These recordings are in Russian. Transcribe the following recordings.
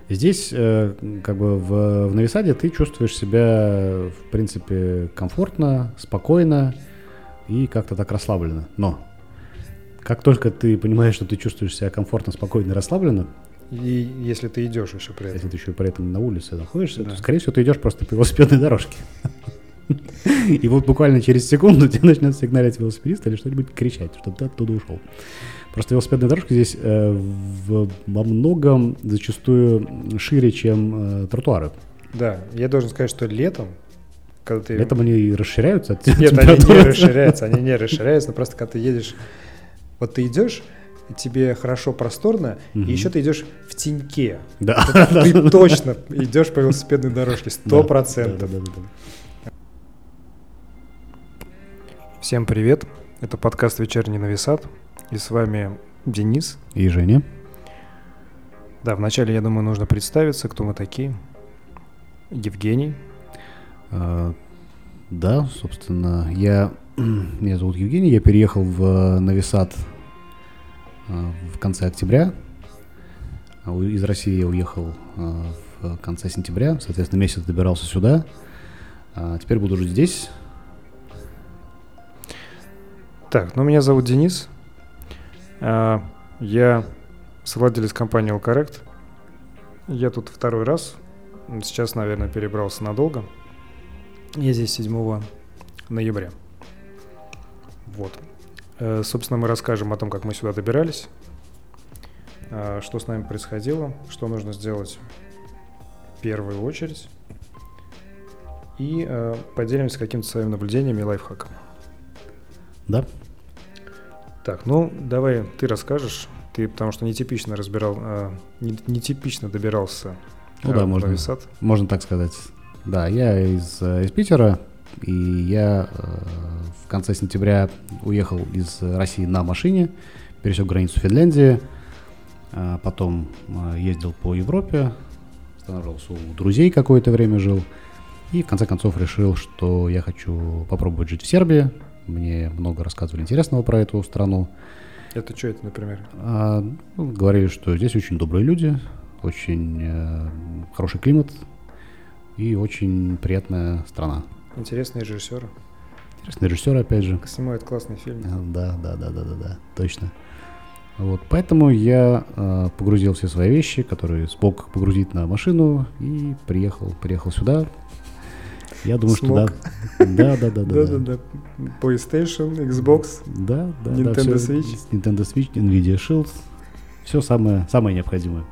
Здесь, как бы в Нови-Саде ты чувствуешь себя, в принципе, комфортно, спокойно и как-то так расслабленно. Но как только ты понимаешь, что ты чувствуешь себя комфортно, спокойно и расслабленно, и если ты идешь еще при этом. Если ты еще при этом на улице находишься, то, скорее всего, ты идешь просто по велосипедной дорожке. И вот буквально через секунду тебе начнет сигналить велосипедист или что-нибудь кричать, чтобы ты оттуда ушел. Просто велосипедная дорожка здесь во многом зачастую шире, чем тротуары. Да, я должен сказать, что летом, когда ты... Летом они расширяются? Нет, они не расширяются, но просто когда ты едешь, вот ты идешь, тебе хорошо просторно, и еще ты идешь в теньке. Да. Ты точно идешь по велосипедной дорожке, 100%. Всем привет, это подкаст «Вечерний Нови-Сад», и с вами Денис и Женя. Да, вначале, я думаю, нужно представиться, кто мы такие. Евгений. Да, собственно, меня зовут Евгений, я переехал в Нови-Сад в конце октября. Из России я уехал в конце сентября, соответственно, месяц добирался сюда. Теперь буду жить здесь. Так, меня зовут Денис. Я совладелец компании Allcorrect. Я тут второй раз. Сейчас, наверное, перебрался надолго. Я здесь 7 ноября. Вот. Собственно, мы расскажем о том, как мы сюда добирались, что с нами происходило, что нужно сделать в первую очередь, и поделимся какими-то своими наблюдениями и лайфхаком. Да. Так, давай ты расскажешь. Ты, потому что нетипично добирался да, в Нови-Сад. Можно так сказать. Да, я из Питера, и я в конце сентября уехал из России на машине, пересек границу Финляндии, потом ездил по Европе, останавливался у друзей какое-то время жил, и в конце концов решил, что я хочу попробовать жить в Сербии. Мне много рассказывали интересного про эту страну. Это что это, например? Говорили, что здесь очень добрые люди, очень хороший климат и очень приятная страна. Интересные режиссеры. Интересные режиссеры, опять же. Снимают классные фильмы. Да, точно. Вот, поэтому я погрузил все свои вещи, которые смог погрузить на машину, и приехал сюда. Я думаю, смог. Что да. Да. PlayStation, Xbox, да, Nintendo Switch. Nintendo Switch, Nvidia Shield. Все самое необходимое.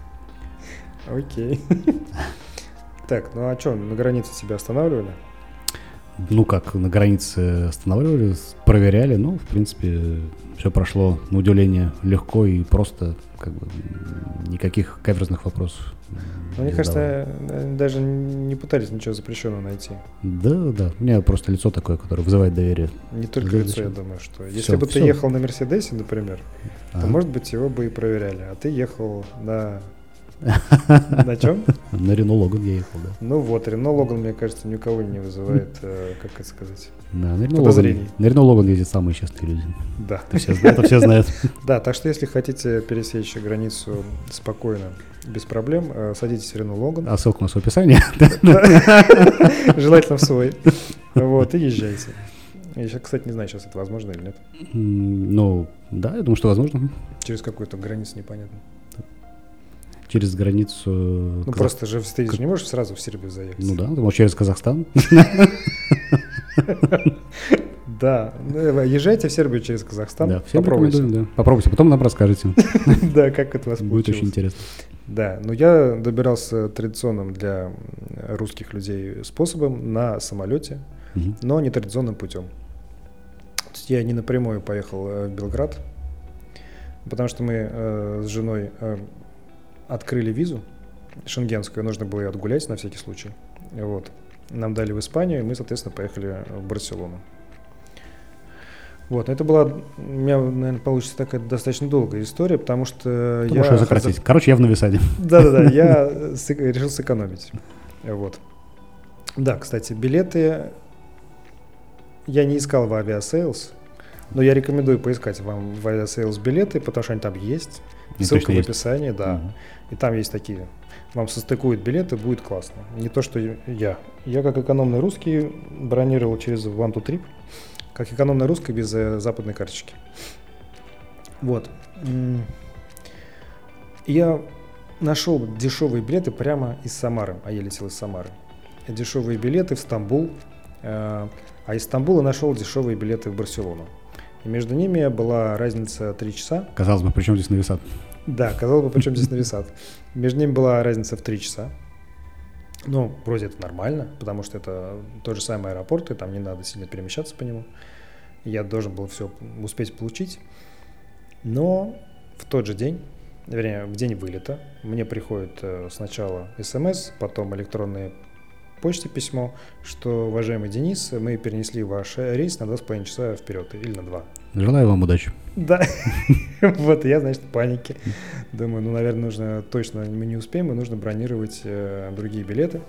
Окей. Так, а что, на границе тебя останавливали? Как на границе останавливали, проверяли, в принципе, все прошло, на удивление, легко и просто, никаких каверзных вопросов. Мне кажется, даже не пытались ничего запрещенного найти. Да, у меня просто лицо такое, которое вызывает доверие. Не только лицо, я думаю, что если бы ты ехал на Мерседесе, например, то, может быть, его бы и проверяли, а ты ехал на... На чем? На Рено Логан я ехал, да. Рено Логан, мне кажется, ни у кого не вызывает, как это сказать, да, подозрений. На Рено Логан ездят самые честные люди. Да. Это все знают. Да, так что если хотите пересечь границу спокойно, без проблем, садитесь в Рено Логан. А ссылка у нас в описании. Желательно в свой. И езжайте. Я сейчас, кстати, не знаю, сейчас это возможно или нет. Да, я думаю, что возможно. Через какую-то границу непонятно. Через границу... просто же ты же не можешь сразу в Сербию заехать. Ты можешь через Казахстан. Да, езжайте в Сербию через Казахстан. Да, всем рекомендуем, да. Попробуйте, потом нам расскажете. Да, как это у вас получилось. Будет очень интересно. Да, я добирался традиционным для русских людей способом на самолете, но не традиционным путем. Я не напрямую поехал в Белград, потому что мы с женой открыли визу шенгенскую, нужно было ее отгулять на всякий случай. Нам дали в Испанию, и мы, соответственно, поехали в Барселону. Это была, у меня, наверное, получится такая достаточно долгая история, потому что я... Можешь ее сократить. Короче, я в Нови-Саде. Да, я решил сэкономить. Да, кстати, билеты я не искал в Aviasales, Но я рекомендую поискать вам в Aviasales билеты, потому что они там есть. Ссылка в описании, да. И там есть такие. Вам состыкуют билеты, будет классно. Не то, что я. Я как экономный русский бронировал через One2Trip, как экономный русский без западной карточки. Вот. Я нашел дешевые билеты прямо из Самары, а я летел из Самары. Дешевые билеты в Стамбул, а из Стамбула нашел дешевые билеты в Барселону. И между ними была разница 3 часа. Казалось бы, при чем здесь Нови Сад? Да, казалось бы, при чем здесь Нови Сад. Между ними была разница в 3 часа. Ну, вроде это нормально, потому что это тот же самый аэропорт, и там не надо сильно перемещаться по нему. Я должен был все успеть получить. Но в тот же день, вернее, в день вылета, мне приходит сначала СМС, потом электронная почте письмо, что, уважаемый Денис, мы перенесли ваш рейс на 2,5 часа вперед или на 2. Желаю вам удачи. Да, вот я, значит, в панике. Думаю, ну, наверное, нужно точно, мы не успеем, и нужно бронировать другие билеты.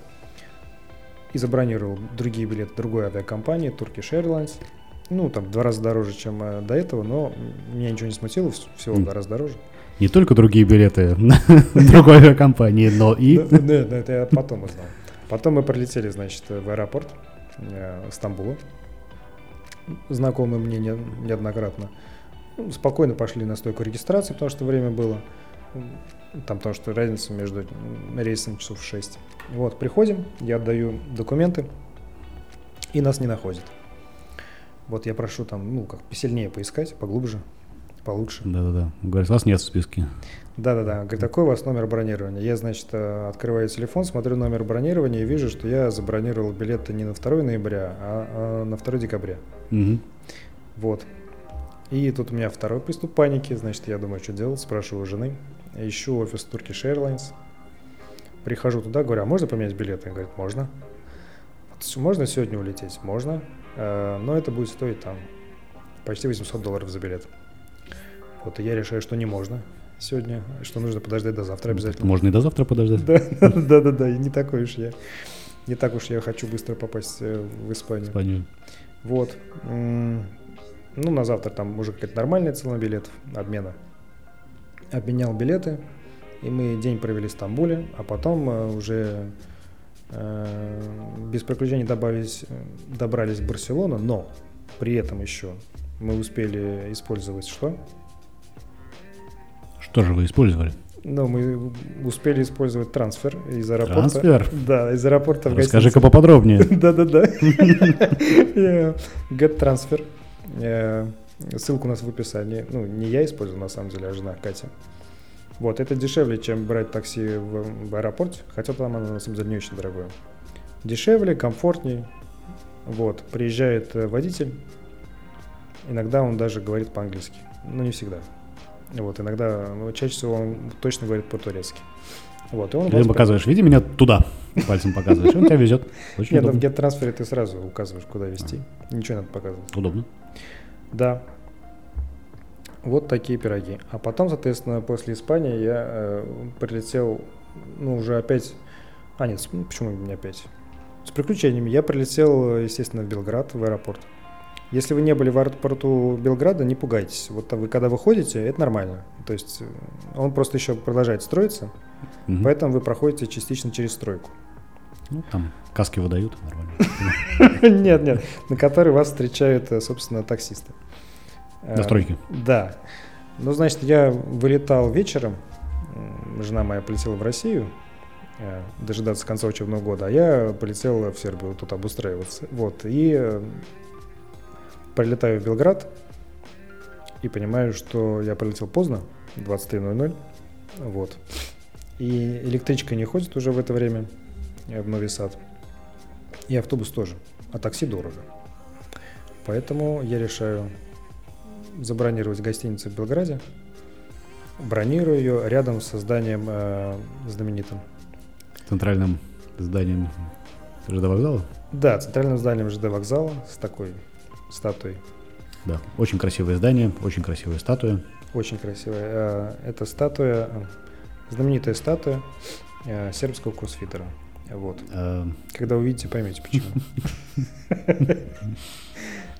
И забронировал другие билеты другой авиакомпании, Turkish Airlines. Ну, там в 2 раза дороже, чем до этого, но меня ничего не смутило, всего в 2 раза дороже. Не только другие билеты другой авиакомпании, но и... Да, это я потом узнал. Потом мы пролетели, значит, в аэропорт Стамбула, знакомый мне неоднократно. Спокойно пошли на стойку регистрации, потому что время было. Там, потому что разница между рейсами часов 6. Вот, приходим, я отдаю документы, и нас не находят. Вот я прошу там, ну, как посильнее поискать, поглубже, получше. Да-да-да. Говорит, вас нет в списке. Да-да-да. Говорит, какой у вас номер бронирования? Я, значит, открываю телефон, смотрю номер бронирования и вижу, что я забронировал билеты не на 2 ноября, а на 2 декабря. Угу. Вот. И тут у меня второй приступ паники. Значит, я думаю, что делать? Спрашиваю у жены. Ищу офис Turkish Airlines. Прихожу туда, говорю, а можно поменять билеты? Она говорит, можно. Можно сегодня улететь? Можно. Но это будет стоить там почти $800 за билет. Вот, и я решаю, что не можно сегодня, что нужно подождать до завтра обязательно. Можно и до завтра подождать. Да, и не такой уж я. Не так уж я хочу быстро попасть в Испанию. Вот. Ну, на завтра там уже какая-то нормальная цена билетов, обмена. Обменял билеты, и мы день провели в Стамбуле, а потом уже без приключений добрались в Барселону, но при этом еще мы успели использовать что? Что же вы использовали? Ну, мы успели использовать трансфер из аэропорта. Трансфер? Да, из аэропорта в гостиницу. Расскажи-ка поподробнее. Да-да-да. Get Transfer. Ссылка у нас в описании. Ну, не я использовал, на самом деле, а жена Катя. Вот, это дешевле, чем брать такси в аэропорте, хотя там оно, на самом деле, не очень дорогое. Дешевле, комфортнее. Вот, приезжает водитель. Иногда он даже говорит по-английски, но не всегда. Вот, иногда, чаще всего он точно говорит по-турецки. Вот, и он ты показываешь, веди меня туда, пальцем показываешь, он тебя везет. Очень Нет, удобно. в GetTransfer ты сразу указываешь, куда везти. Ничего не надо показывать. Удобно. Да. Вот такие пироги. А потом, соответственно, после Испании я прилетел, ну, уже опять... А, нет, почему не опять? С приключениями. Я прилетел, естественно, в Белград, в аэропорт. Если вы не были в аэропорту Белграда, не пугайтесь. Вот вы, когда выходите, это нормально. То есть он просто еще продолжает строиться, поэтому вы проходите частично через стройку. Ну, там каски выдают, нормально. Нет, на которой вас встречают, собственно, таксисты. До стройки. Да. Ну, значит, я вылетал вечером, жена моя полетела в Россию дожидаться конца учебного года, а я полетел в Сербию тут обустраиваться. Вот, и прилетаю в Белград и понимаю, что я прилетел поздно, 23:00, вот. И электричка не ходит уже в это время в Нови Сад, и автобус тоже, а такси дорого. Поэтому я решаю забронировать гостиницу в Белграде, бронирую ее рядом со зданием знаменитым. Центральным зданием ЖД вокзала? Да, центральным зданием ЖД вокзала с такой статуей. Да, очень красивое здание, очень красивая статуя. Очень красивая. Это статуя, знаменитая статуя сербского кроссфитера. Вот. Когда увидите, поймете почему.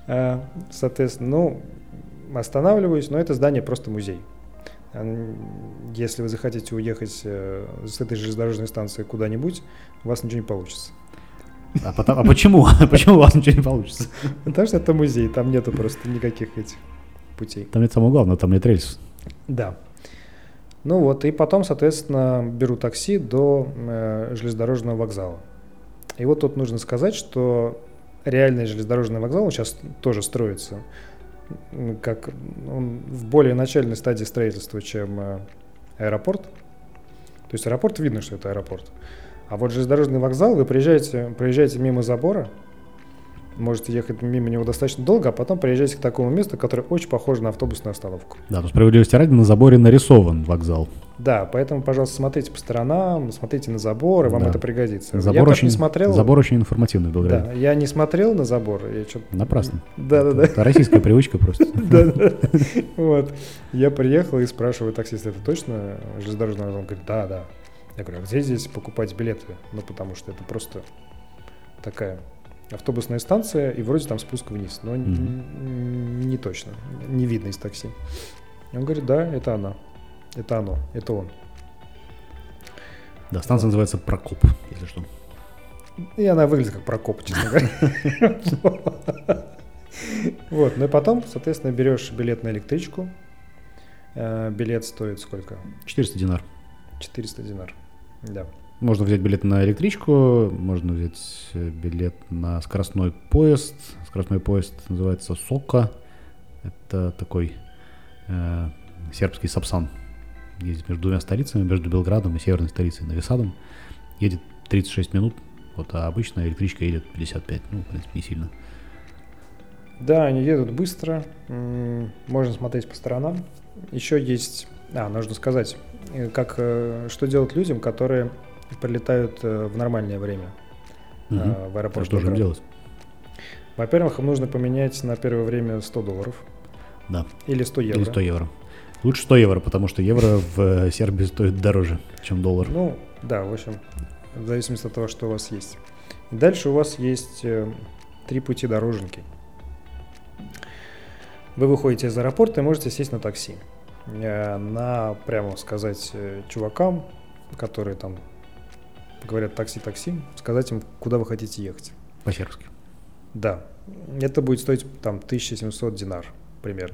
Соответственно, останавливаюсь, но это здание просто музей. Если вы захотите уехать с этой железнодорожной станции куда-нибудь, у вас ничего не получится. А почему? Почему у вас ничего не получится? Потому что это музей, там нету просто никаких этих путей. Там нет самого главного, там нет рельсов. Да. И потом, соответственно, беру такси до железнодорожного вокзала. И вот тут нужно сказать, что реальный железнодорожный вокзал, он сейчас тоже строится, как он в более начальной стадии строительства, чем аэропорт. То есть аэропорт, видно, что это аэропорт. А вот железнодорожный вокзал, вы проезжаете мимо забора, можете ехать мимо него достаточно долго, а потом приезжаете к такому месту, которое очень похоже на автобусную остановку. Да, но справедливости ради, на заборе нарисован вокзал. Да, поэтому, пожалуйста, смотрите по сторонам, смотрите на забор, и вам это пригодится. Забор я очень, не смотрел. Забор очень информативный в Белграде. Да, я не смотрел на забор. Напрасно. Да. Это российская привычка просто. Да. Вот. Я приехал и спрашиваю таксиста, это точно железнодорожный вокзал? Он говорит, да. Я говорю, а где здесь покупать билеты? Потому что это просто такая автобусная станция, и вроде там спуск вниз, но не точно, не видно из такси. Он говорит, да, это она, это он. Да, станция называется Прокоп, если что. И она выглядит как Прокоп, честно говоря. Вот, и потом, соответственно, берешь билет на электричку. Билет стоит сколько? 400 динар. 400 динар, да. Можно взять билет на электричку, можно взять билет на скоростной поезд. Скоростной поезд называется Сока. Это такой сербский сапсан. Ездит между двумя столицами, между Белградом и северной столицей Нови Садом. Едет 36 минут, а обычно электричка едет 55, в принципе, не сильно. Да, они едут быстро, можно смотреть по сторонам. Еще есть, нужно сказать, что делать людям, которые прилетают в нормальное время в аэропорт. Что же им делать? Во-первых, им нужно поменять на первое время $100. Да. Или 100 евро. Или 100 евро. Лучше 100 евро, потому что евро в Сербии стоит дороже, чем доллар. Да, в общем, в зависимости от того, что у вас есть. И дальше у вас есть 3 пути дороженки. Вы выходите из аэропорта и можете сесть на такси. Прямо сказать чувакам, которые там говорят такси, сказать им, куда вы хотите ехать. По-сербски. Да. Это будет стоить там 1700 динар примерно.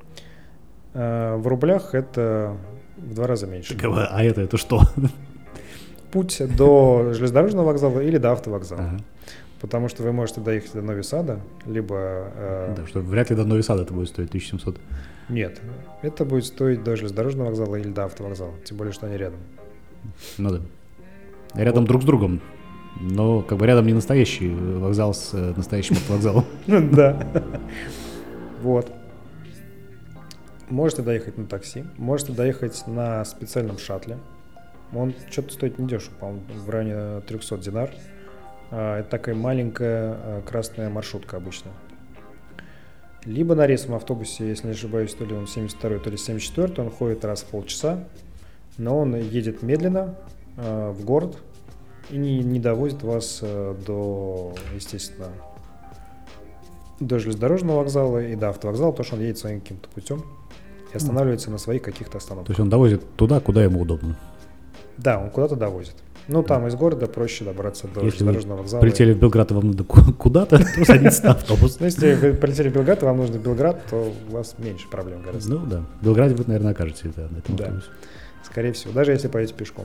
В рублях это в 2 раза меньше. А это что? Путь до железнодорожного вокзала или до автовокзала. Ага. Потому что вы можете доехать до Нови Сада, либо... Да, что вряд ли до Нови Сада это будет стоить 1700. Нет, это будет стоить до железнодорожного вокзала или до автовокзала. Тем более, что они рядом. Ну да. Рядом друг с другом. Но рядом не настоящий вокзал с настоящим автовокзалом. Да. Вот. Можете доехать на такси, можете доехать на специальном шаттле. Он что-то стоит недешево, по-моему, в районе 300 динар. Это такая маленькая красная маршрутка обычно. Либо на рейсовом автобусе, если не ошибаюсь, то ли он 72-й, то ли 74-й, он ходит раз в полчаса, но он едет медленно в город и не довозит вас естественно, до железнодорожного вокзала и до автовокзала, потому что он едет своим каким-то путем и останавливается на своих каких-то остановках. То есть он довозит туда, куда ему удобно. Да, он куда-то довозит. Там из города проще добраться до железнодорожного вокзала. Если прилетели в Белград, и вам надо куда-то, то садитесь на автобус. Если вы прилетели в Белград, и вам нужно в Белград, то у вас меньше проблем гораздо. Да. В Белграде вы, наверное, окажетесь на этом автобусе. Скорее всего, даже если поедете пешком.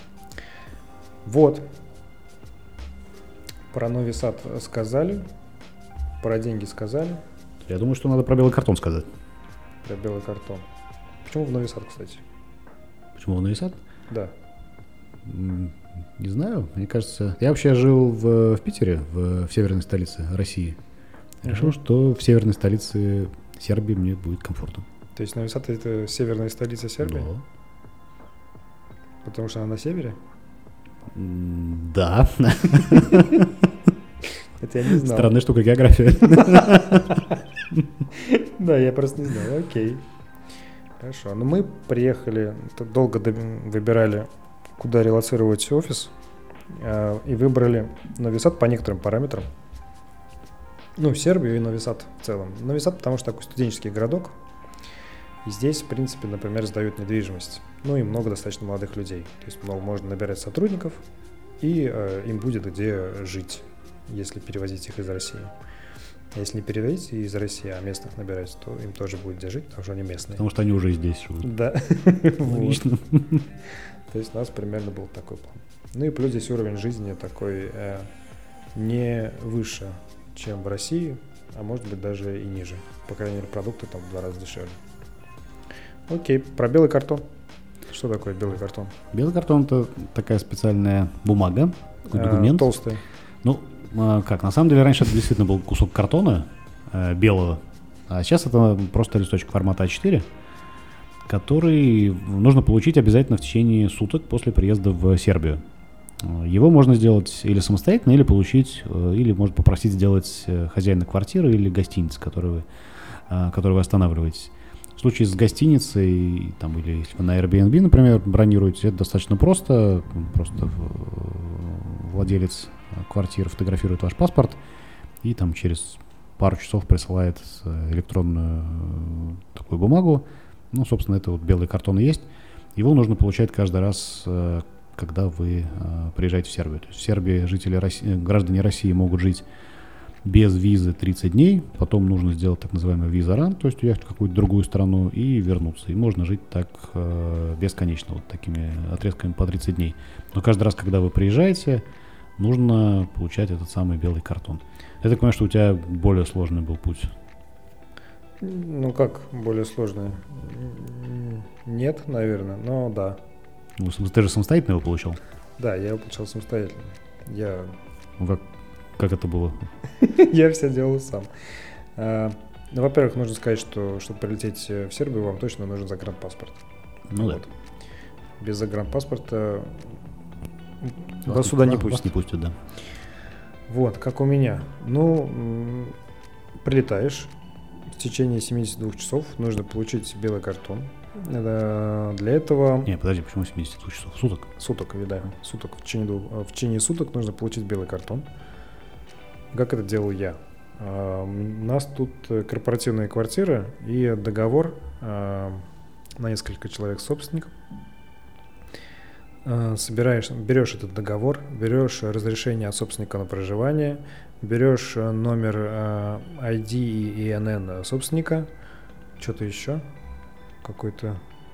Вот. Про Нови Сад сказали, про деньги сказали. Я думаю, что надо про белый картон сказать. Про белый картон. Почему в Нови Сад, кстати? Почему в Нови Сад? Да. Не знаю, мне кажется... Я вообще жил в Питере, в северной столице России. Решил, что в северной столице Сербии мне будет комфортно. То есть Нови Сад — это северная столица Сербии? Да. Потому что она на севере? Да. Это я не знал. Странная штука география. Да, я просто не знал. Окей. Хорошо. Но мы приехали, долго выбирали, куда релоцировать офис, и выбрали Нови Сад по некоторым параметрам. Ну, Сербию и Нови Сад в целом. Нови Сад, потому что такой студенческий городок. И здесь, в принципе, например, сдают недвижимость. Ну, и много достаточно молодых людей. То есть, можно набирать сотрудников, и им будет где жить, если перевозить их из России. А если не перевозить из России, а местных набирать, то им тоже будет где жить, потому что они местные. Потому что они уже здесь живут. Да. Логично. То есть у нас примерно был такой план. Ну и плюс здесь уровень жизни такой не выше, чем в России, а может быть даже и ниже. По крайней мере, продукты там в 2 раза дешевле. Окей, про белый картон. Что такое белый картон? Белый картон — это такая специальная бумага, документ. Толстый. Ну, как, на самом деле раньше это действительно был кусок картона белого, а сейчас это просто листочек формата А4, который нужно получить обязательно в течение суток после приезда в Сербию. Его можно сделать или самостоятельно, или получить, или можно попросить сделать хозяина квартиры или гостиницы, которой вы останавливаетесь. В случае с гостиницей, там, или если вы на Airbnb, например, бронируете, это достаточно просто. Просто владелец квартиры фотографирует ваш паспорт и там через пару часов присылает электронную такую бумагу. Ну, собственно, это вот белый картон и есть. Его нужно получать каждый раз, когда вы приезжаете в Сербию. То есть в Сербии граждане России могут жить без визы 30 дней, потом нужно сделать так называемый виза-ран, то есть уехать в какую-то другую страну и вернуться. И можно жить так бесконечно, вот такими отрезками по 30 дней. Но каждый раз, когда вы приезжаете, нужно получать этот самый белый картон. Я так понимаю, что у тебя более сложный был путь. Ну как более сложный? Нет, наверное, но да. Ну, ты же самостоятельно его получил? Да, я его получал самостоятельно. Как это было? Я все делал сам. Ну, во-первых, нужно сказать, что чтобы прилететь в Сербию, вам точно нужен загранпаспорт. Ну вот. Да. Без загранпаспорта вас сюда не пустят. Вас не пустят, да. Вот, как у меня. Ну, прилетаешь, в течение 72 часов нужно получить белый картон. Для этого... Не, подожди, почему 72 часов? Суток? Суток, да. Суток. В течение суток нужно получить белый картон. Как это делал я? У нас тут корпоративная квартира и договор на несколько человек собственников. Берешь этот договор, берешь разрешение от собственника на проживание, берешь номер ID и ИНН собственника, что-то еще, какой-то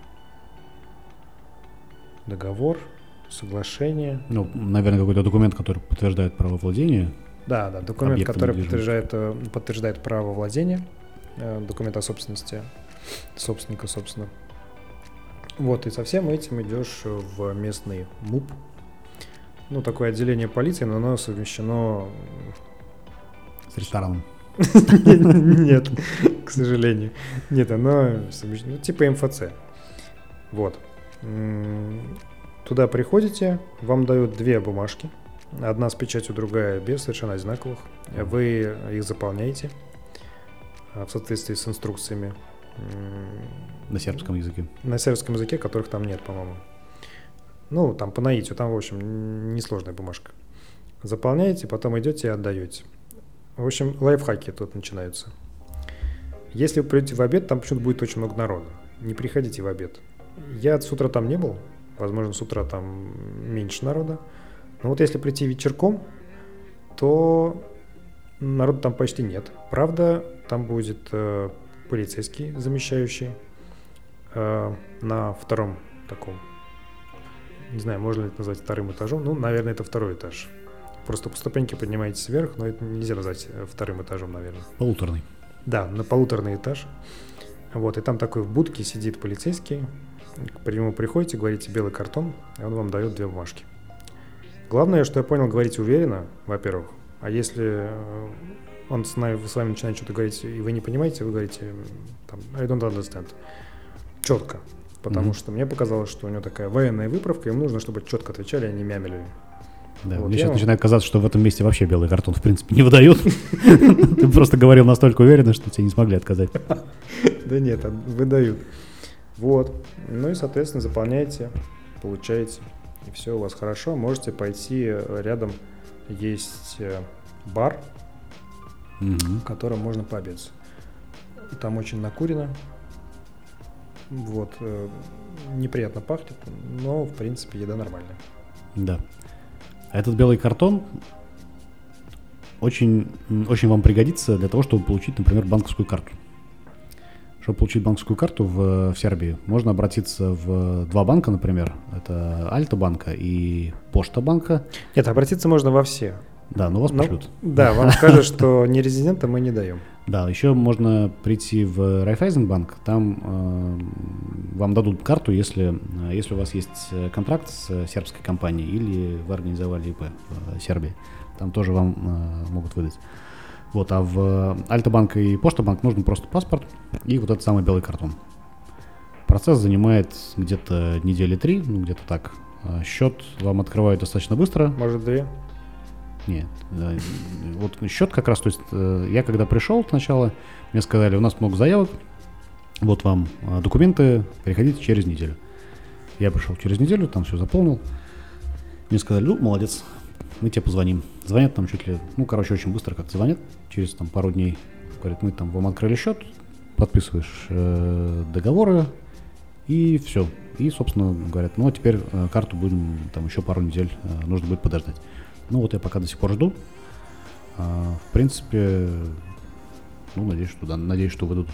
договор, соглашение. Ну, наверное, какой-то документ, который подтверждает право владения. Да, документ, который подтверждает право владения, документ о собственности собственника, собственно. Вот, и со всем этим идешь в местный МУП. Ну, такое отделение полиции, но оно совмещено... С рестораном. Нет, к сожалению. Нет, оно совмещено, типа МФЦ. Вот. Туда приходите, вам дают 2 бумажки. Одна с печатью, другая без, совершенно одинаковых. Вы их заполняете в соответствии с инструкциями. На сербском языке. На сербском языке, которых там нет, по-моему. Ну, там по наитию, там, в общем, несложная бумажка. Заполняете, потом идете и отдаете. В общем, лайфхаки тут начинаются. Если вы придете в обед, там почему-то будет очень много народа. Не приходите в обед. Я с утра там не был. Возможно, с утра там меньше народа. Но вот если прийти вечерком, то народа там почти нет. Правда, там будет полицейский, замещающий на втором таком, не знаю, можно ли это назвать вторым этажом. Ну, наверное, это 2-й этаж. Просто по ступеньке поднимаетесь вверх, но это нельзя назвать 2-м этажом, наверное. Полуторный. Да, на полуторный этаж. Вот, и там такой в будке сидит полицейский. К нему приходите, говорите белый картон, и он вам дает 2 бумажки. Главное, что я понял, говорить уверенно, во-первых. А если он с вами начинает что-то говорить, и вы не понимаете, вы говорите там, I don't understand. Четко. Потому что мне показалось, что у него такая военная выправка, им нужно, чтобы четко отвечали, а не мямлили. Да, вот мне сейчас начинает казаться, что в этом месте вообще белый картон в принципе не выдают. Ты просто говорил настолько уверенно, что тебе не смогли отказать. Да нет, выдают. Вот. Ну и, соответственно, заполняете, получаете, и все у вас хорошо. Можете пойти рядом, есть бар, в котором можно пообедать. Там очень накурено. Вот. Неприятно пахнет, но, в принципе, еда нормальная. Да. А этот белый картон очень, очень вам пригодится для того, чтобы получить, например, банковскую карту. Чтобы получить банковскую карту в Сербии, можно обратиться в два банка, например. Это Альта банка и Почта банка. Нет, обратиться можно во все. Да, но вас пошлют. Да, вам скажут, что нерезидента мы не даем. Да, еще можно прийти в Райфайзенбанк, там вам дадут карту, если у вас есть контракт с сербской компанией или вы организовали ИП в Сербии. Там тоже вам могут выдать. Вот, а в Альта-банк и Почта-банк нужен просто паспорт и вот этот самый белый картон. Процесс занимает где-то недели 3, ну где-то так. Счет вам открывают достаточно быстро. Может, 2? Нет. Вот счет как раз, то есть я когда пришел сначала, мне сказали, у нас много заявок, вот вам документы, приходите через неделю. Я пришел через неделю, там все заполнил. Мне сказали, ну, молодец, мы тебе позвоним. Звонят там чуть ли, ну, короче, очень быстро как-то звонят, через там пару дней. Говорят, мы там вам открыли счет, подписываешь договоры и все. И, собственно, говорят, ну, а теперь карту будем там еще пару недель, нужно будет подождать. Ну, вот я пока до сих пор жду. В принципе, ну, надеюсь, что выдадут.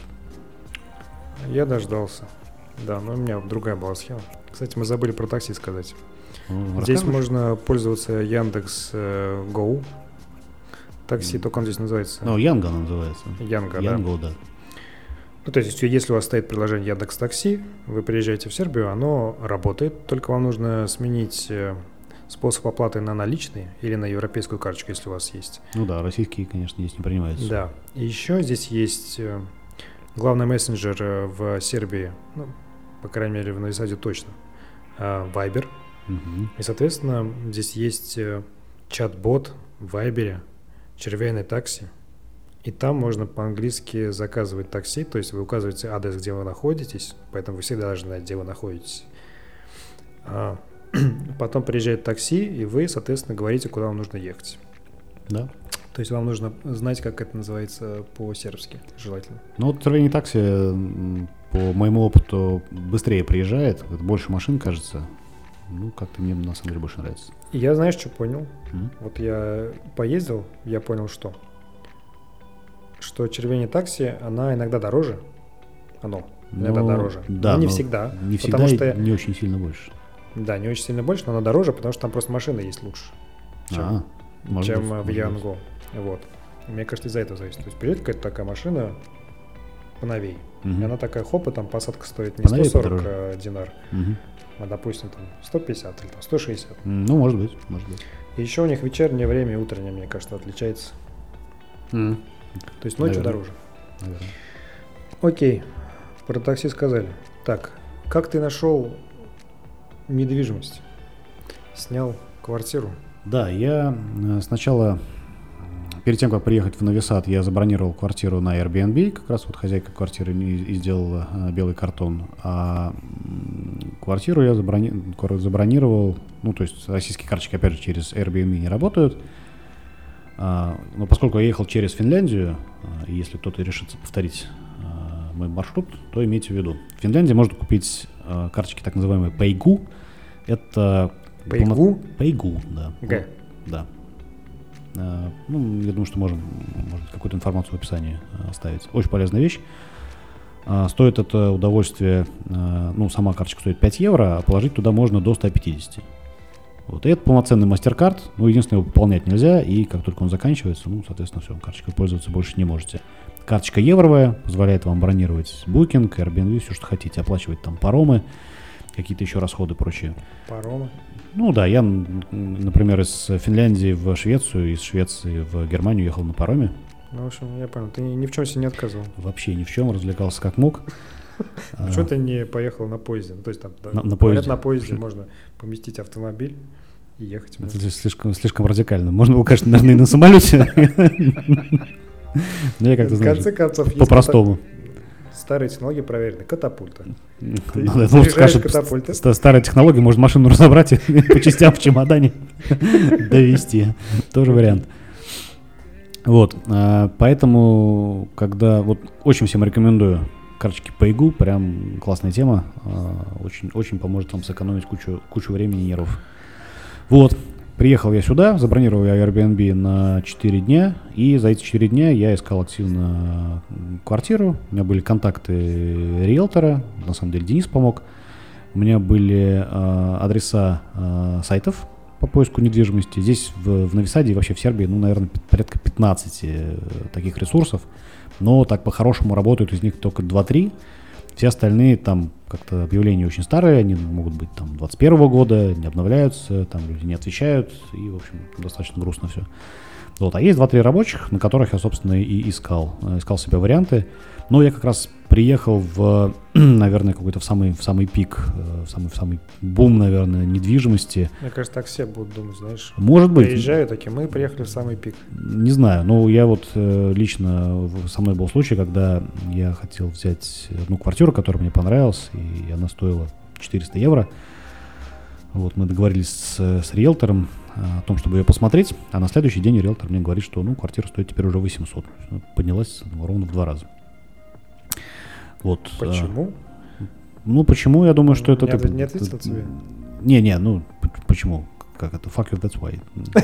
Я дождался. Да, но у меня другая была схема. Кстати, мы забыли про такси сказать. Здесь можно пользоваться Яндекс.Гоу. Такси, только он здесь называется. Ну, Янго она называется. Янго, да. Ну, то есть, если у вас стоит приложение Яндекс.Такси, вы приезжаете в Сербию, оно работает, только вам нужно сменить способ оплаты на наличные или на европейскую карточку, если у вас есть. Ну да, российские, конечно, здесь не принимаются. Да. И еще здесь есть главный мессенджер в Сербии, ну, по крайней мере, в Нови Саде точно, Viber. Угу. И, соответственно, здесь есть чат-бот в Viber, червейный такси. И там можно по-английски заказывать такси, то есть вы указываете адрес, где вы находитесь, поэтому вы всегда должны знать, где вы находитесь. Потом приезжает такси, и вы, соответственно, говорите, куда вам нужно ехать. Да. То есть вам нужно знать, как это называется по-сербски, желательно. Ну вот червейный такси, по моему опыту, быстрее приезжает, больше машин, кажется. Ну, как-то мне на самом деле больше нравится. И я, знаешь, что понял? Вот я поездил, я понял, что червейный такси, она иногда дороже. Иногда дороже. Да, но не всегда. Не всегда, потому что не очень сильно больше. Да, не очень сильно больше, но она дороже, потому что там просто машина есть лучше, чем в Янго. Вот. И мне кажется, из-за этого зависит. То есть приедет какая-то такая машина поновей, и она такая, хоп, и там посадка стоит не поновей 140 подороже. Динар, а, допустим, там 150 или там 160. Ну, может быть. И еще у них вечернее время и утреннее, мне кажется, отличается. То есть ночью дороже. Наверное. Окей, про такси сказали. Так, как ты нашел недвижимость? Снял квартиру? Да, я сначала, перед тем, как приехать в Нови Сад, я забронировал квартиру на Airbnb, как раз вот хозяйка квартиры и сделала белый картон, а квартиру я забронировал, ну, то есть российские карточки, опять же, через Airbnb не работают, но поскольку я ехал через Финляндию, и если кто-то решится повторить мой маршрут, то имейте в виду. В Финляндии можно купить карточки так называемые Paygu. Это Paygu, да. Г. Да. Ну, я думаю, что может какую-то информацию в описании оставить. Очень полезная вещь. Стоит это удовольствие, ну, сама карточка стоит 5 евро, а положить туда можно до 150. Вот. И это полноценный MasterCard, ну, единственное, его пополнять нельзя, и как только он заканчивается, ну, соответственно, все, карточкой пользоваться больше не можете. Карточка евровая, позволяет вам бронировать Booking, Airbnb, все, что хотите, оплачивать там паромы, какие-то еще расходы прочие. Паромы? Ну да, я, например, из Финляндии в Швецию, из Швеции в Германию ехал на пароме. Ну, в общем, я понял, ты ни в чем себе не отказывал. Вообще ни в чем, развлекался как мог. Почему ты не поехал на поезде? То есть там на поезде можно поместить автомобиль и ехать. Это слишком радикально. Можно было, конечно, наверное, и на самолете. Но я как-то, знаешь, в конце концов, по-простому. Старые технологии проверены. Катапульта. Старая технология, может машину разобрать и по частям в чемодане довести. Тоже вариант. Вот, поэтому, когда, вот, очень всем рекомендую карточки Paygu, прям классная тема, очень, очень поможет вам сэкономить кучу времени и нервов. Вот, приехал я сюда, забронировал я Airbnb на 4 дня, и за эти 4 дня я искал активно квартиру, у меня были контакты риэлтора, на самом деле Денис помог, у меня были адреса сайтов по поиску недвижимости. Здесь в Нови-Саде и вообще в Сербии, наверное, порядка 15 таких ресурсов, но так по-хорошему работают из них только 2-3. Все остальные там как-то объявления очень старые, они могут быть там 21 года, не обновляются, там люди не отвечают, и, в общем, достаточно грустно все. Вот. А есть 2-3 рабочих, на которых я, собственно, и искал себе варианты. Но я как раз приехал в, наверное, какой-то в самый пик, в самый бум, наверное, недвижимости. Мне кажется, так все будут думать, знаешь. Может быть. Приезжаю такие, мы приехали в самый пик. Не знаю, но я вот лично, со мной был случай, когда я хотел взять одну квартиру, которая мне понравилась, и она стоила 400 евро. Вот мы договорились с риэлтором о том, чтобы ее посмотреть, а на следующий день риэлтор мне говорит, что квартира стоит теперь уже 800. Поднялась ровно в 2 раза. Вот. Почему? Почему? Я думаю, что это... Не ответил тебе? Не, почему? Как это? Fuck you, that's why.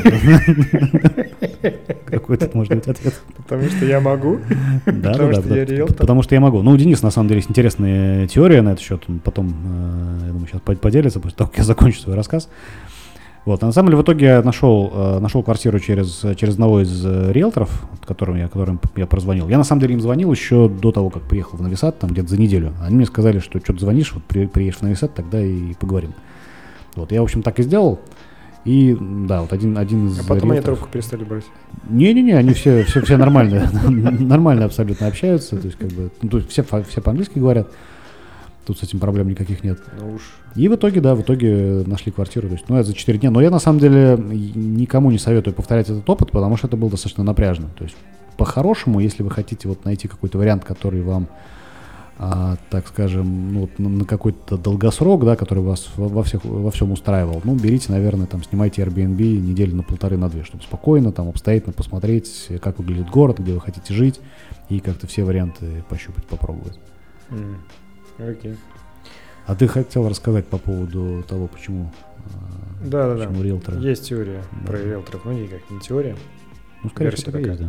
Какой тут может быть ответ? Потому что я могу? Да, потому что я риэлтор? Потому что я могу. У Дениса, на самом деле, есть интересная теория на этот счет. Он потом, я думаю, сейчас поделится, после того, как я закончу свой рассказ. Вот, а на самом деле, в итоге я нашел квартиру через одного из риэлторов, которым я прозвонил. Я, на самом деле, им звонил еще до того, как приехал в Нови-Сад, там где-то за неделю. Они мне сказали, что что-то звонишь, вот приедешь в Нови-Сад, тогда и поговорим. Вот, я, в общем, так и сделал. И, да, вот один из А потом риэлторов... они трубку перестали брать? Не-не-не, они все нормально абсолютно общаются, то есть, как бы, все по-английски говорят. Тут с этим проблем никаких нет. И в итоге нашли квартиру. То есть, я за 4 дня. Но я, на самом деле, никому не советую повторять этот опыт, потому что это было достаточно напряжно. То есть, по-хорошему, если вы хотите найти какой-то вариант, который вам, так скажем, на какой-то долгосрок, да, который вас во всем устраивал, берите, наверное, снимайте Airbnb недели на 1,5-2, чтобы спокойно, обстоятельно посмотреть, как выглядит город, где вы хотите жить, и как-то все варианты пощупать, попробовать. Окей. А ты хотел рассказать по поводу того, почему риэлторы? Есть теория про риэлторов, никак не теория. Скорее всего, так и есть, да.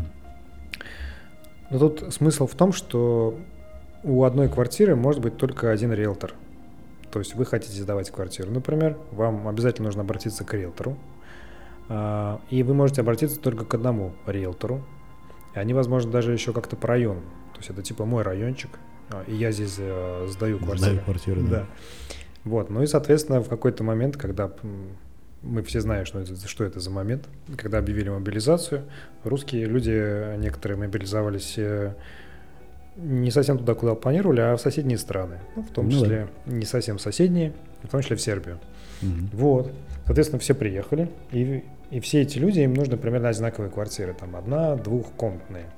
Но тут смысл в том, что у одной квартиры может быть только один риэлтор. То есть вы хотите сдавать квартиру, например, вам обязательно нужно обратиться к риэлтору, и вы можете обратиться только к одному риэлтору. И они, возможно, даже еще как-то по району. То есть это типа мой райончик, и я здесь сдаю квартиру. Да. Вот, и, соответственно, в какой-то момент, когда мы все знаем, что это за момент, когда объявили мобилизацию, русские люди, некоторые мобилизовались не совсем туда, куда планировали, а в соседние страны. В том числе не совсем соседние, в том числе в Сербию. Вот, соответственно, все приехали, и все эти люди, им нужны примерно одинаковые квартиры, 1-2-комнатные.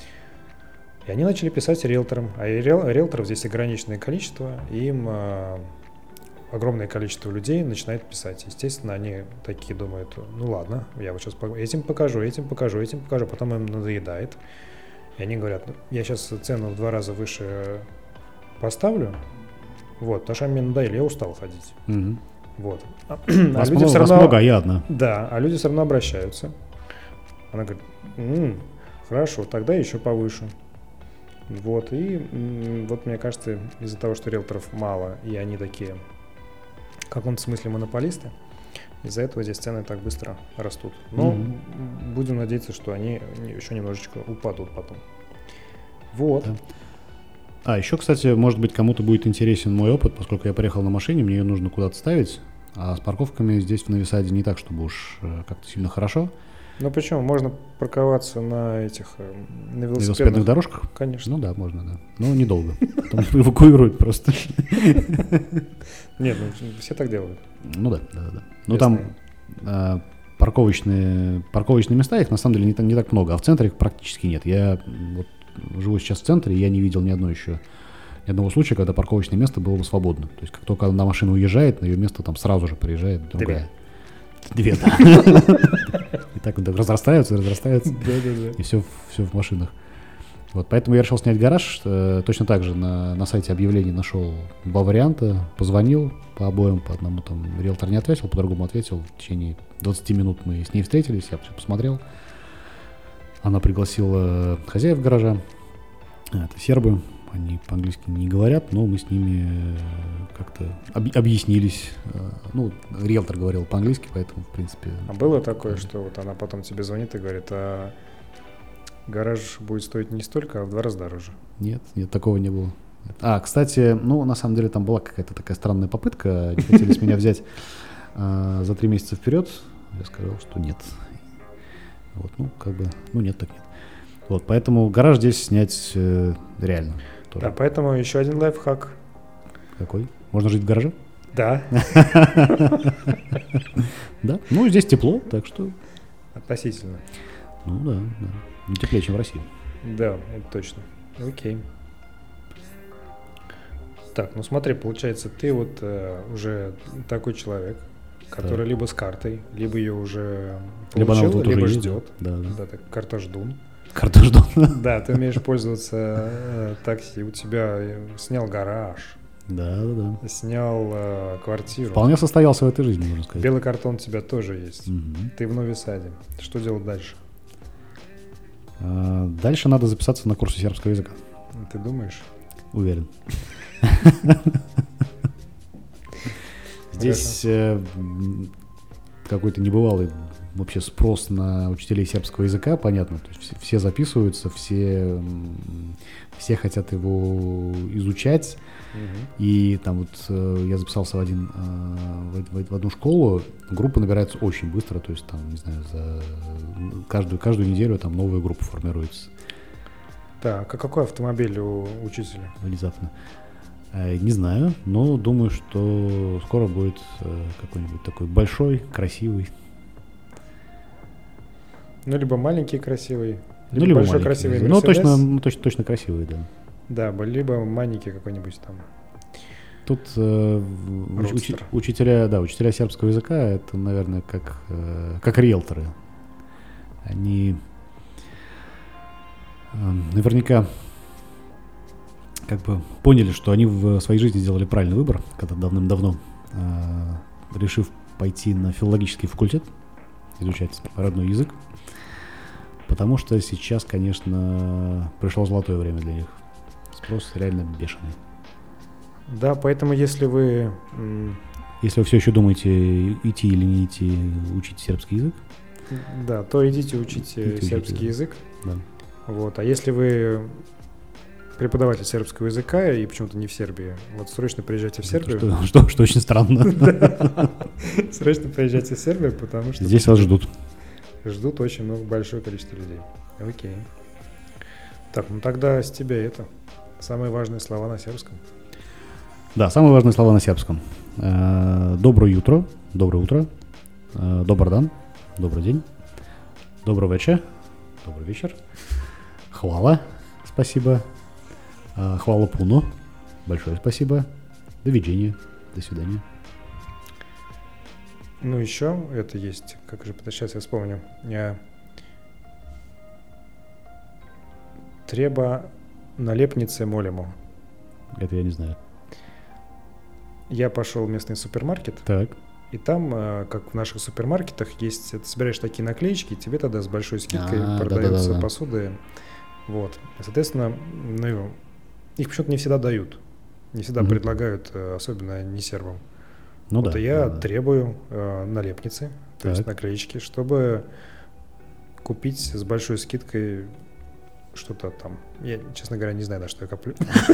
И они начали писать риэлторам, а риэлторов здесь ограниченное количество, и им огромное количество людей начинает писать. Естественно, они такие думают, ладно, я вот сейчас этим покажу, потом им надоедает. И они говорят, я сейчас цену в 2 раза выше поставлю, потому что мне надоели, я устал ходить. Вот. Вас много, а я одна. Да, а люди все равно обращаются. Она говорит, хорошо, тогда еще повыше. И мне кажется, из-за того, что риэлторов мало, и они такие, в каком-то смысле монополисты, из-за этого здесь цены так быстро растут. Но будем надеяться, что они еще немножечко упадут потом. Вот. Да. Еще, кстати, может быть, кому-то будет интересен мой опыт, поскольку я приехал на машине, мне ее нужно куда-то ставить, а с парковками здесь в Нови-Саде не так, чтобы уж как-то сильно хорошо. Почему? Можно парковаться на велосипедных дорожках? Конечно. Да, можно, да. Но недолго. Потом эвакуируют просто. Нет, все так делают. Да. Там парковочные места, их на самом деле не так много, а в центре их практически нет. Я живу сейчас в центре, и я не видел ни одного случая, когда парковочное место было бы свободно. То есть как только одна машина уезжает, на ее место там сразу же приезжает другая. 2, да. Так вот разрастаются, и все в машинах. Вот, поэтому я решил снять гараж. Точно так же на сайте объявлений нашел 2 варианта. Позвонил по обоим, по одному там риэлтор не ответил, по другому ответил. В течение 20 минут мы с ней встретились, я все посмотрел. Она пригласила хозяев гаража. Это сербы. Они по-английски не говорят, но мы с ними как-то объяснились. Ну, риэлтор говорил по-английски, поэтому, в принципе... А было такое, что вот она потом тебе звонит и говорит, а гараж будет стоить не столько, а в 2 раза дороже? Нет, такого не было. Кстати, ну, на самом деле там была какая-то такая странная попытка. Они хотели с меня взять за 3 месяца вперед. Я сказал, что нет. Вот, нет, так нет. Вот, поэтому гараж здесь снять реально. Тоже. Да, поэтому еще один лайфхак. Какой? Можно жить в гараже? Да. Да, ну здесь тепло, так что... Относительно. Ну да. Не теплее, чем в России. Да, это точно. Окей. Так, ну смотри, получается, ты вот уже такой человек, который либо с картой, либо ее уже получил, либо ждет. Да, так, карта-ждун. Карта-ждун. Да, ты умеешь пользоваться такси, у тебя снял гараж. Да. Снял квартиру. Вполне состоялся в этой жизни, можно сказать. Белый картон у тебя тоже есть. Ты в Нови Саде. Что делать дальше? Дальше надо записаться на курсы сербского языка. Ты думаешь? Уверен. Здесь какой-то небывалый вообще спрос на учителей сербского языка, понятно. То есть все записываются, все хотят его изучать. И там вот я записался в одну школу, группа набирается очень быстро, то есть там, не знаю, за каждую неделю там новая группа формируется. Так, а какой автомобиль у учителя? Внезапно. Не знаю, но думаю, что скоро будет какой-нибудь такой большой, красивый. Ну, либо маленький, красивый, либо большой, красивый Мерседес. Ну, точно красивый, да. Да, либо маленький какой-нибудь там. Тут учителя сербского языка, это, наверное, как риэлторы. Они наверняка как бы поняли, что они в своей жизни сделали правильный выбор, когда давным-давно, решив пойти на филологический факультет, изучать родной язык, потому что сейчас, конечно, пришло золотое время для них. Спрос реально бешеный. Да, поэтому если вы все еще думаете, идти или не идти учить сербский язык, да, то идите учите сербский язык. Да. Вот. А если вы преподаватель сербского языка и почему-то не в Сербии, вот срочно приезжайте в Сербию. Что очень странно. Срочно приезжайте в Сербию, потому что... Здесь вас ждут. Ждут очень большое количество людей. Окей. Так, ну тогда с тебя самые важные слова на сербском. Да, самые важные слова на сербском. Доброе утро, добар дан, добрый день, добрый вечер, добрый вечер, хвала, спасибо, хвала пуно, большое спасибо, довидения, до свидания. Ну еще это есть, как же, сейчас я вспомню, треба налепнице молимо. Это я не знаю. Я пошел в местный супермаркет. Так. И там, как в наших супермаркетах, есть, ты собираешь такие наклеечки, тебе тогда с большой скидкой продается посуда. Вот. Соответственно, их почему-то не всегда дают. Не всегда предлагают, особенно не сербам. Ну вот, и я требую налепницы, то есть наклеечки, чтобы купить с большой скидкой что-то там. Я, честно говоря, не знаю, на что я коплю.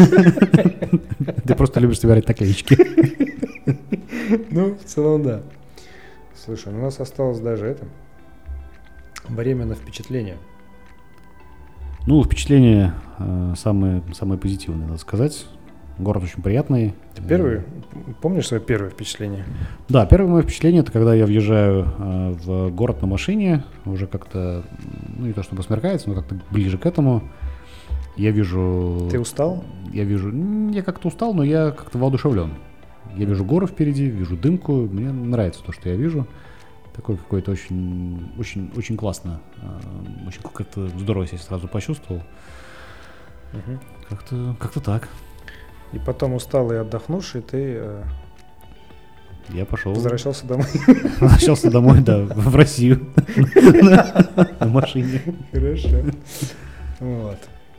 Ты просто любишь собирать наклеечки. Ну, в целом, да. Слушай, у нас осталось даже время на впечатление. Ну, впечатление самое позитивное, надо сказать. Город очень приятный. Ты помнишь свое первое впечатление? Да, первое мое впечатление — это когда я въезжаю в город на машине, уже как-то, не то чтобы смеркается, но как-то ближе к этому. Я вижу... Ты устал? Я как-то устал, но я как-то воодушевлен. Я вижу горы впереди, вижу дымку, мне нравится то, что я вижу. Такой какой-то очень, очень, очень классно. Очень как-то здорово себя сразу почувствовал. Как-то так. И потом усталый и отдохнувший, ты Я пошел. возвращался домой. Возвращался домой, да, в Россию. На машине. Хорошо. Вот.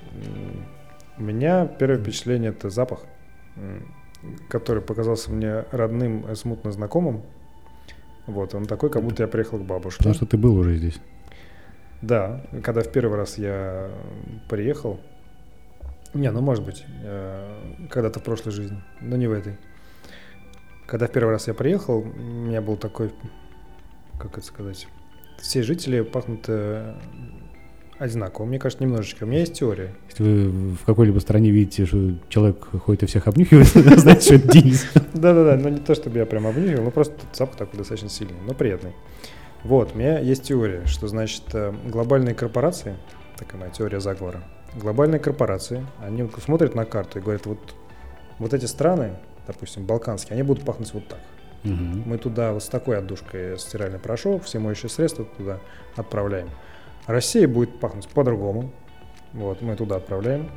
У меня первое впечатление — это запах, который показался мне родным, смутно знакомым. Вот, он такой, как будто я приехал к бабушке. Потому что ты был уже здесь. Да, когда в первый раз я приехал, может быть, когда-то в прошлой жизни, но не в этой. Когда в первый раз я приехал, у меня был такой, как это сказать, все жители пахнут одинаково. Мне кажется, немножечко. У меня есть теория. Если вы в какой-либо стране видите, что человек ходит и всех обнюхивает, знаете, что это Денис. Да-да-да, но не то, чтобы я прям обнюхивал, но просто запах такой достаточно сильный, но приятный. Вот, у меня есть теория, что, значит, глобальные корпорации, такая моя теория заговора, глобальные корпорации, они смотрят на карту и говорят, вот эти страны, допустим, балканские, они будут пахнуть вот так. Мы туда вот с такой отдушкой стиральный порошок, все моющие средства туда отправляем. Россия будет пахнуть по-другому. Вот, мы туда отправляем.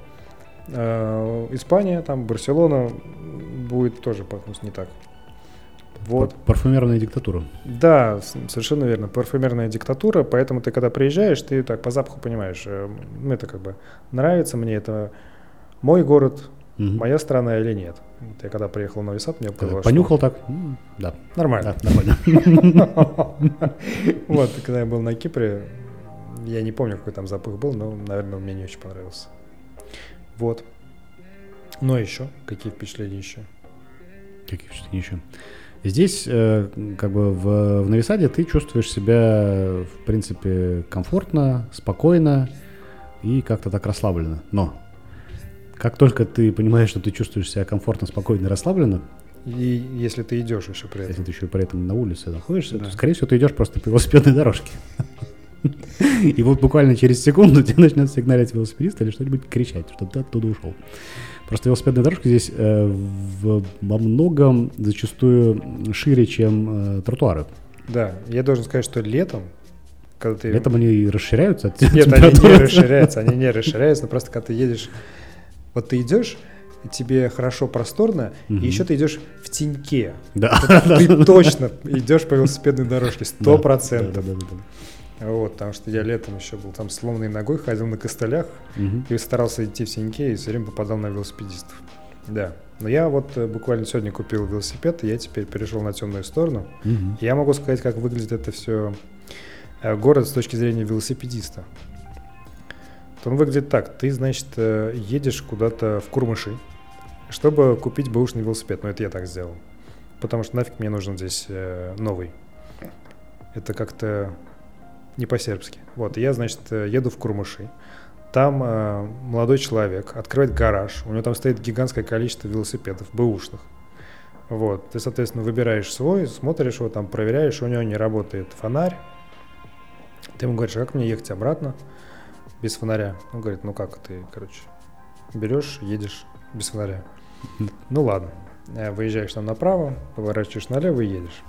Испания, там, Барселона будет тоже пахнуть не так. Вот. Парфюмерная диктатура. Да, совершенно верно. Парфюмерная диктатура, поэтому ты, когда приезжаешь, ты так по запаху понимаешь, это как бы нравится мне, это мой город, моя страна или нет. Вот я когда приехал в Новый Сад, мне показалось, понюхал так? Да. Нормально. Да, нормально. Вот, когда я был на Кипре, я не помню, какой там запах был, но, наверное, он мне не очень понравился. Вот. Но еще, какие впечатления еще? Какие впечатления еще? Здесь, как бы в Нови-Саде ты чувствуешь себя, в принципе, комфортно, спокойно и как-то так расслабленно. Но как только ты понимаешь, что ты чувствуешь себя комфортно, спокойно и расслабленно, и если ты идешь еще при этом. Если ты еще при этом на улице находишься, то, скорее всего, ты идешь просто по велосипедной дорожке. И вот буквально через секунду тебе начнет сигналить велосипедист или что-нибудь кричать, что ты оттуда ушел. Просто велосипедная дорожка здесь во многом зачастую шире, чем тротуары. Да, я должен сказать, что летом, когда ты... Летом они расширяются? Нет, они не расширяются, но просто когда ты едешь, вот ты идешь, тебе хорошо просторно, и еще ты идешь в теньке. Да. Ты точно идешь по велосипедной дорожке, 100%. Да. Вот, потому что я летом еще был там сломанной ногой, ходил на костылях и старался идти в теньке и все время попадал на велосипедистов. Да. Но я вот буквально сегодня купил велосипед, и я теперь перешел на темную сторону. И я могу сказать, как выглядит это все город с точки зрения велосипедиста. Он выглядит так. Ты, значит, едешь куда-то в Курмыши, чтобы купить бэушный велосипед. Но это я так сделал. Потому что нафиг мне нужен здесь новый. Это как-то не по-сербски. Вот, я, значит, еду в Курмыши. Там молодой человек открывает гараж. У него там стоит гигантское количество велосипедов бэушных. Вот, ты, соответственно, выбираешь свой, смотришь его, там проверяешь, у него не работает фонарь. Ты ему говоришь, а как мне ехать обратно без фонаря? Он говорит, ну как ты, короче, берешь, едешь без фонаря. Ну ладно, выезжаешь там направо, поворачиваешь налево и едешь.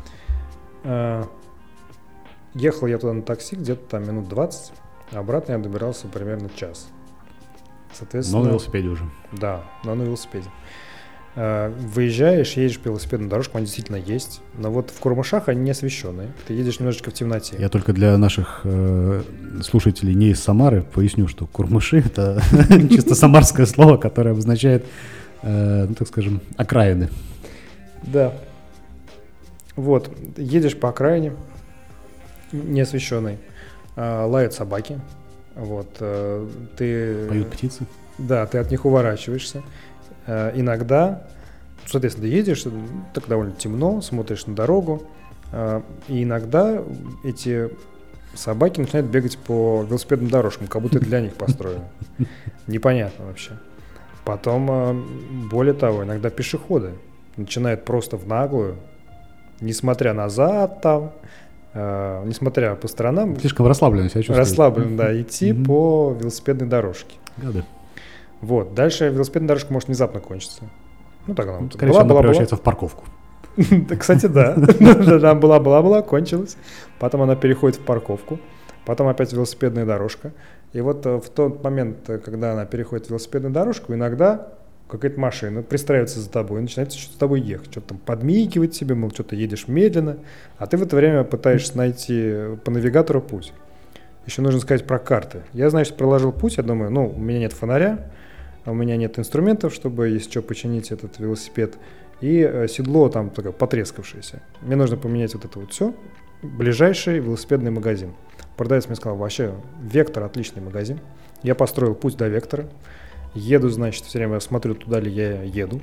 Ехал я туда на такси где-то там минут 20, а обратно я добирался примерно час. Соответственно, но на велосипеде уже. Да, но на велосипеде. Выезжаешь, едешь по велосипедной дорожке, он действительно есть, но вот в Курмышах они не освещенные, ты едешь немножечко в темноте. Я только для наших слушателей не из Самары поясню, что Курмыши — это чисто самарское слово, которое обозначает, ну так скажем, окраины. Да. Вот, едешь по окраине, неосвещенной, лают собаки, вот, ты... Поют птицы. Да, ты от них уворачиваешься. Иногда, соответственно, ты едешь, так довольно темно, смотришь на дорогу, и иногда эти собаки начинают бегать по велосипедным дорожкам, как будто для них построено. Непонятно вообще. Потом, более того, иногда пешеходы начинают просто в наглую, несмотря назад там, несмотря по сторонам. Слишком расслабленно себя чувствуют. Расслабленно, да, идти по велосипедной дорожке. Гады. Вот, дальше велосипедная дорожка может внезапно кончиться. Ну, так она. Скорее всего, она превращается в парковку. Кстати, да. Там была, кончилась. Потом она переходит в парковку. Потом опять велосипедная дорожка. И вот в тот момент, когда она переходит в велосипедную дорожку, иногда какая-то машина пристраивается за тобой и начинает что-то с тобой ехать. Что-то там подмигивать тебе, мол, что-то едешь медленно. А ты в это время пытаешься найти по навигатору путь. Еще нужно сказать про карты. Я, значит, проложил путь. Я думаю, у меня нет фонаря, у меня нет инструментов, чтобы, если что, починить этот велосипед. И седло там такое потрескавшееся. Мне нужно поменять вот это вот все. Ближайший велосипедный магазин. Продавец мне сказал, вообще, Вектор отличный магазин. Я построил путь до Вектора. Еду, значит, все время смотрю, туда ли я еду.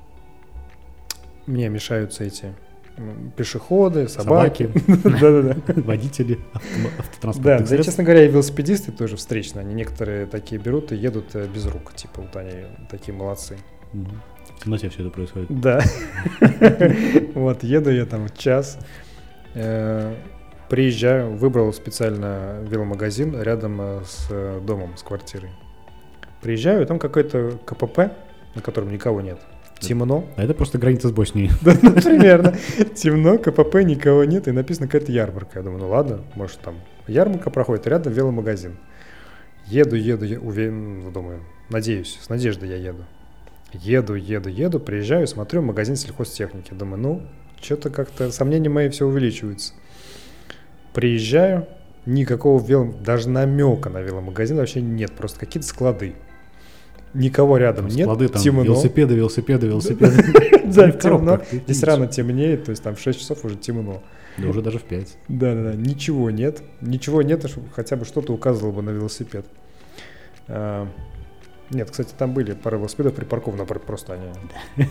Мне мешаются эти пешеходы, собаки. Водители автотранспортных средств. Да, честно говоря, и велосипедисты тоже встречные. Они некоторые такие берут и едут без рук. Типа вот они такие молодцы. В темноте все это происходит. Да. Вот, еду я там час. Приезжаю, выбрал специально веломагазин рядом с домом, с квартирой. Приезжаю, и там какой-то КПП, на котором никого нет. Темно. А это просто граница с Боснией. Да, примерно. Темно, КПП, никого нет, и написано какая-то ярмарка. Я думаю, ладно, может там ярмарка проходит, рядом веломагазин. Еду, уверен, думаю, надеюсь, с надеждой я еду. Еду, приезжаю, смотрю, магазин сельхозтехники. Думаю, что-то как-то сомнения мои все увеличиваются. Приезжаю, никакого даже намека на веломагазин вообще нет, просто какие-то склады. Никого рядом нет, склады, там темно. Велосипеды. Да, темно. Здесь рано темнеет, то есть там в 6 часов уже темно. Да уже даже в 5. Да, ничего нет, чтобы хотя бы что-то указывало бы на велосипед. Нет, кстати, там были пара велосипедов припаркованы, просто они...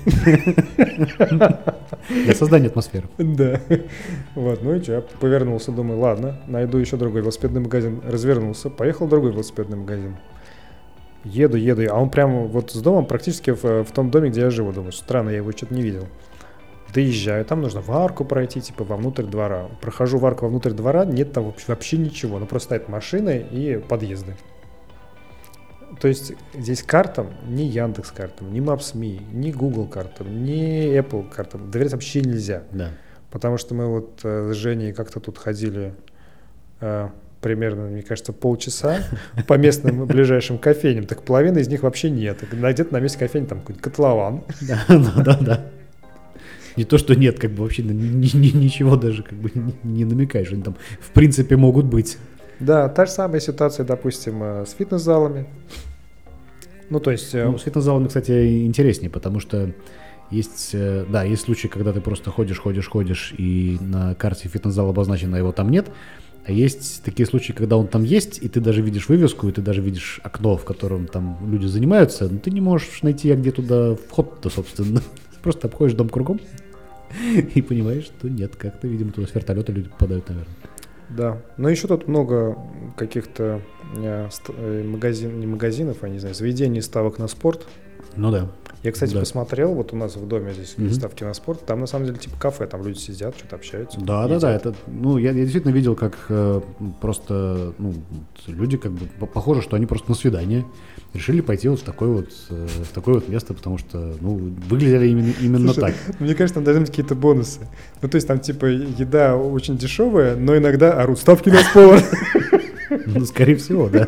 Для создания атмосферы. Да. Вот, и что, я повернулся, думаю, ладно, найду еще другой велосипедный магазин. Развернулся, поехал в другой велосипедный магазин. Еду, а он прямо вот с домом, практически в том доме, где я живу. Думаю, странно, я его что-то не видел. Доезжаю, там нужно в арку пройти, типа вовнутрь двора. Прохожу в арку вовнутрь двора, нет там вообще ничего. Просто стоят машины и подъезды. То есть здесь картам, ни Яндекс картам, ни Maps.me, ни Google картам, ни Apple картам доверять вообще нельзя. Да. Потому что мы вот с Женей как-то тут ходили примерно, мне кажется, полчаса по местным ближайшим кофейням. Так половины из них вообще нет. Где-то на месте кофейни там какой-то котлован. Да. Не то, что нет, как бы вообще ничего даже как бы не намекаешь. Они там в принципе могут быть. Да, та же самая ситуация, допустим, с фитнес-залами. С фитнес-залами, кстати, интереснее, потому что есть случаи, когда ты просто ходишь, и на карте фитнес-зал обозначен, а его там нет. А есть такие случаи, когда он там есть, и ты даже видишь вывеску, и ты даже видишь окно, в котором там люди занимаются, но ты не можешь найти, где туда вход-то, собственно. Просто обходишь дом кругом и понимаешь, что нет, как-то, видимо, туда с вертолета люди попадают, наверное. Да, но еще тут много каких-то магазинов, я не знаю, заведений ставок на спорт. Ну да. Я, кстати, посмотрел, вот у нас в доме здесь ставки на спорт, там на самом деле типа кафе, там люди сидят, что-то общаются. Да, это, я действительно видел, как просто, люди как бы, похоже, что они просто на свидание решили пойти вот в такое вот место, потому что, выглядели именно Слушай, так. Мне кажется, там должны быть какие-то бонусы. То есть там типа еда очень дешевая, но иногда орут ставки на спорт. Скорее всего, да.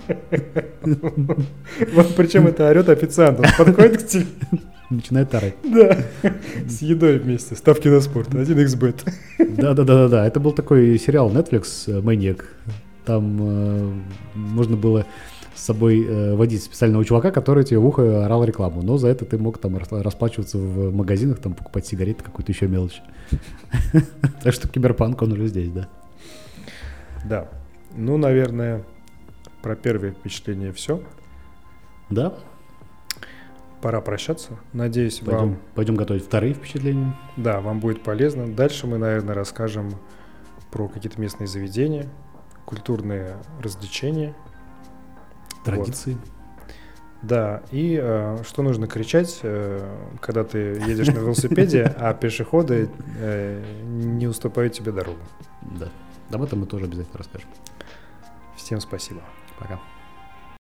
Причем это орет официант. Он подходит к тебе. Начинает тарать. Да. С едой вместе. Ставки на спорт. 1xbet. Да. Это был такой сериал Netflix «Маньяк». Там можно было с собой водить специального чувака, который тебе в ухо орал рекламу. Но за это ты мог там расплачиваться в магазинах, там покупать сигареты, какую-то еще мелочь. Так что киберпанк, он уже здесь, да. Да. Наверное, про первые впечатления все. Да. Пора прощаться. Надеюсь, Пойдем готовить вторые впечатления. Да, вам будет полезно. Дальше мы, наверное, расскажем про какие-то местные заведения, культурные развлечения. Традиции. Вот. Да, и что нужно кричать, когда ты едешь на велосипеде, а пешеходы не уступают тебе дорогу. Да, об этом мы тоже обязательно расскажем. Всем спасибо. Пока.